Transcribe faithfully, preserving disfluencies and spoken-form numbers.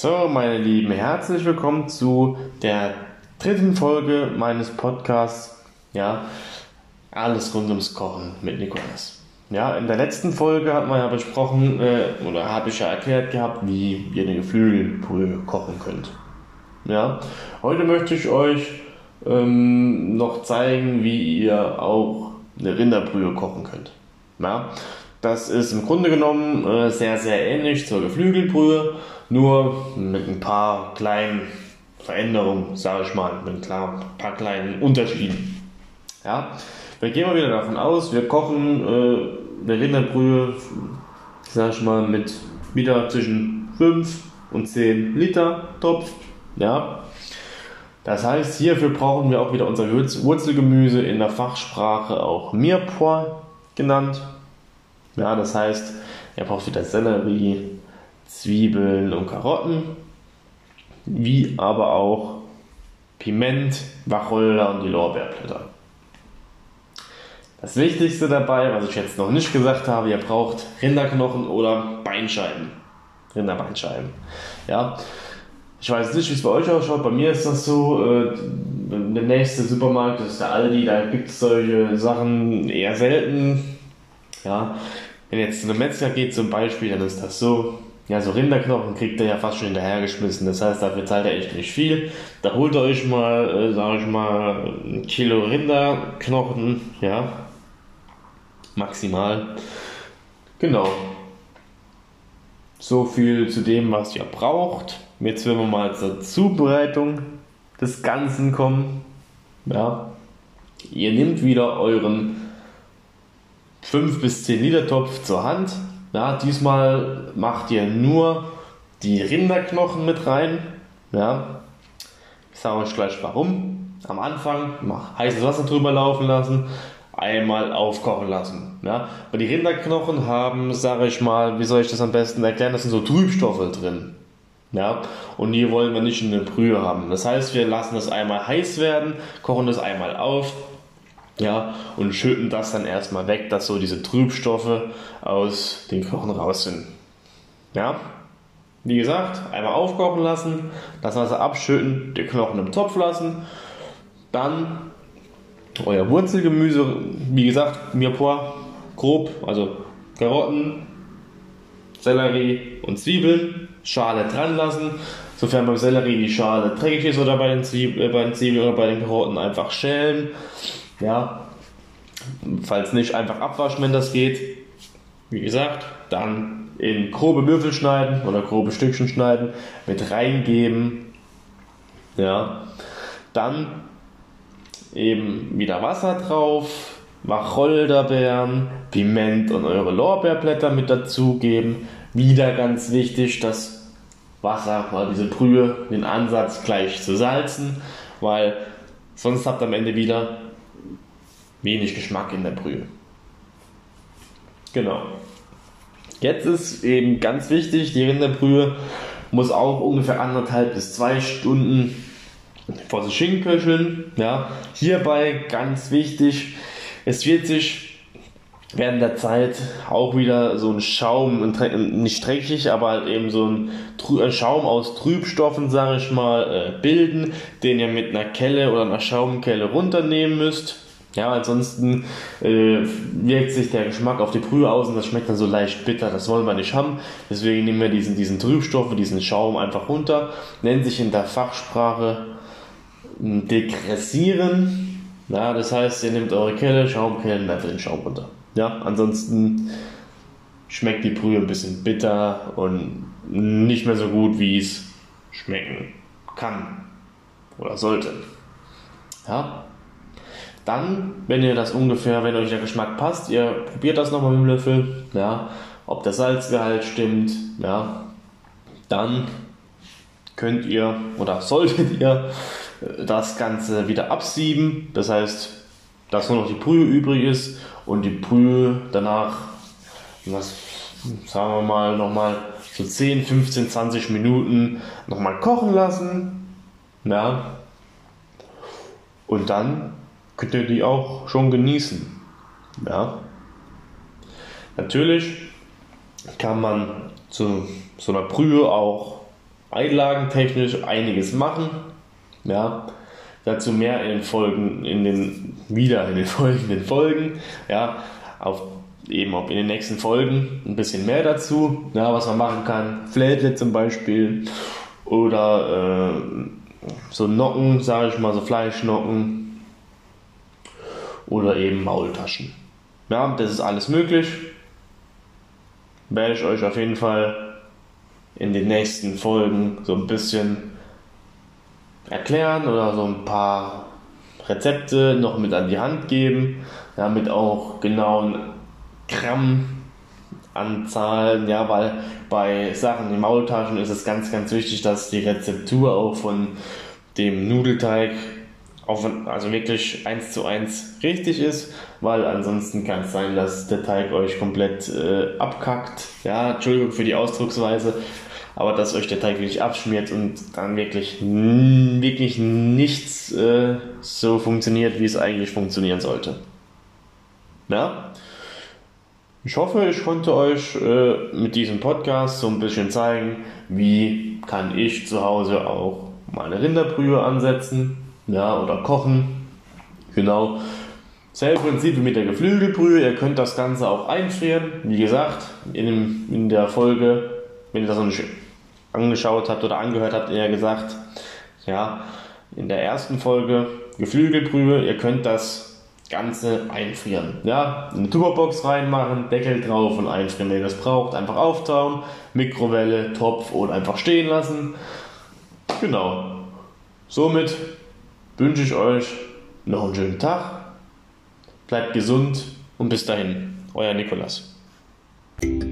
So, meine Lieben, herzlich willkommen zu der dritten Folge meines Podcasts. Ja, alles rund ums Kochen mit Nikolas. Ja, in der letzten Folge hat man ja besprochen, äh, oder habe ich ja erklärt gehabt, wie ihr eine Geflügelbrühe kochen könnt. Ja, heute möchte ich euch ähm, noch zeigen, wie ihr auch eine Rinderbrühe kochen könnt. Ja, das ist im Grunde genommen äh, sehr, sehr ähnlich zur Geflügelbrühe, nur mit ein paar kleinen Veränderungen, sage ich mal, mit ein paar kleinen Unterschieden. Ja, wir gehen mal wieder davon aus, wir kochen äh, eine Rinderbrühe, sage ich mal, mit wieder zwischen fünf und zehn Liter Topf. Ja, das heißt, hierfür brauchen wir auch wieder unser Wurzelgemüse, in der Fachsprache auch Mirepoix genannt. Ja, das heißt, ihr braucht wieder Sellerie, Zwiebeln und Karotten, wie aber auch Piment, Wacholder und die Lorbeerblätter. Das Wichtigste dabei, was ich jetzt noch nicht gesagt habe, ihr braucht Rinderknochen oder Beinscheiben. Rinderbeinscheiben. Ja. Ich weiß nicht, wie es bei euch ausschaut. Bei mir ist das so, äh, der nächste Supermarkt ist der Aldi, da gibt es solche Sachen eher selten. Ja, wenn ihr jetzt zu einem Metzger geht zum Beispiel, dann ist das so, ja, so Rinderknochen kriegt ihr ja fast schon hinterhergeschmissen. Das heißt, dafür zahlt ihr echt nicht viel. Da holt ihr euch mal, äh, sag ich mal, ein Kilo Rinderknochen, ja, maximal. Genau. So viel zu dem, was ihr braucht. Jetzt werden wir mal zur Zubereitung des Ganzen kommen. Ja. Ihr nehmt wieder euren fünf bis zehn Liter Topf zur Hand. Ja, diesmal macht ihr nur die Rinderknochen mit rein. Ja. Ich sage euch gleich warum. Am Anfang heißes Wasser drüber laufen lassen, einmal aufkochen lassen. Ja. Weil die Rinderknochen haben, sage ich mal, wie soll ich das am besten erklären, das sind so Trübstoffe drin. Ja, und die wollen wir nicht in der Brühe haben. Das heißt, wir lassen das einmal heiß werden, kochen das einmal auf, ja, und schütten das dann erstmal weg, dass so diese Trübstoffe aus den Knochen raus sind. Ja, wie gesagt, einmal aufkochen lassen, das Wasser abschütten, die Knochen im Topf lassen, dann euer Wurzelgemüse, wie gesagt, Mirepoix, grob, also Karotten, Sellerie und Zwiebeln, Schale dran lassen, sofern beim Sellerie die Schale dreckig ist oder bei den, Zwiebeln, äh, bei den Zwiebeln oder bei den Karotten einfach schälen. Ja, falls nicht, einfach abwaschen, wenn das geht. Wie gesagt, dann in grobe Würfel schneiden oder grobe Stückchen schneiden, mit reingeben. Ja, dann eben wieder Wasser drauf, Wacholderbeeren, Piment und eure Lorbeerblätter mit dazugeben. Wieder ganz wichtig, das Wasser oder diese Brühe, den Ansatz gleich zu salzen, weil sonst habt ihr am Ende wieder wenig Geschmack in der Brühe. Genau. Jetzt ist eben ganz wichtig, die Rinderbrühe muss auch ungefähr anderthalb bis zwei Stunden vor sich hinköcheln. Ja. Hierbei ganz wichtig, es wird sich während der Zeit auch wieder so ein Schaum, nicht dreckig, aber halt eben so ein Schaum aus Trübstoffen, sage ich mal, bilden, den ihr mit einer Kelle oder einer Schaumkelle runternehmen müsst. Ja, ansonsten äh, wirkt sich der Geschmack auf die Brühe aus und das schmeckt dann so leicht bitter, das wollen wir nicht haben. Deswegen nehmen wir diesen, diesen Trübstoff, diesen Schaum einfach runter, nennt sich in der Fachsprache degressieren. Ja, das heißt, ihr nehmt eure Kelle, Schaumkelle und einfach den Schaum runter. Ja, ansonsten schmeckt die Brühe ein bisschen bitter und nicht mehr so gut, wie es schmecken kann oder sollte. Ja, dann, wenn ihr das ungefähr, wenn euch der Geschmack passt, ihr probiert das nochmal mit dem Löffel, ja, ob der Salzgehalt stimmt, ja, dann könnt ihr oder solltet ihr das Ganze wieder absieben. Das heißt, dass nur noch die Brühe übrig ist und die Brühe danach, was, sagen wir mal, nochmal so zehn, fünfzehn, zwanzig Minuten nochmal kochen lassen. Ja. Und dann könnt ihr die auch schon genießen. Ja. Natürlich kann man zu so einer Brühe auch einlagentechnisch einiges machen. Ja, dazu mehr in den Folgen, in den, wieder in den folgenden Folgen. Ja, auf, eben auch in den nächsten Folgen ein bisschen mehr dazu, ja, was man machen kann. Flädle zum Beispiel oder äh, so Nocken, sage ich mal, so Fleischnocken oder eben Maultaschen. Ja, das ist alles möglich. Werde ich euch auf jeden Fall in den nächsten Folgen so ein bisschen erklären oder so ein paar Rezepte noch mit an die Hand geben, ja, mit auch genauen Grammanzahlen, ja, weil bei Sachen in Maultaschen ist es ganz, ganz wichtig, dass die Rezeptur auch von dem Nudelteig auf, also wirklich eins zu eins richtig ist, weil ansonsten kann es sein, dass der Teig euch komplett äh, abkackt, ja, Entschuldigung für die Ausdrucksweise, aber dass euch der Teig wirklich abschmiert und dann wirklich, wirklich nichts äh, so funktioniert, wie es eigentlich funktionieren sollte. Ja? Ich hoffe, ich konnte euch äh, mit diesem Podcast so ein bisschen zeigen, wie kann ich zu Hause auch meine Rinderbrühe ansetzen, ja, oder kochen. Genau. Selbe Prinzip wie mit der Geflügelbrühe. Ihr könnt das Ganze auch einfrieren. Wie gesagt, in, dem, in der Folge, wenn ihr das noch nicht angeschaut habt oder angehört habt, eher gesagt, ja, in der ersten Folge Geflügelbrühe, ihr könnt das Ganze einfrieren. Ja, in eine Tupperbox reinmachen, Deckel drauf und einfrieren, wenn ihr das braucht. Einfach auftauen, Mikrowelle, Topf oder einfach stehen lassen. Genau. Somit wünsche ich euch noch einen schönen Tag. Bleibt gesund und bis dahin, euer Nikolas.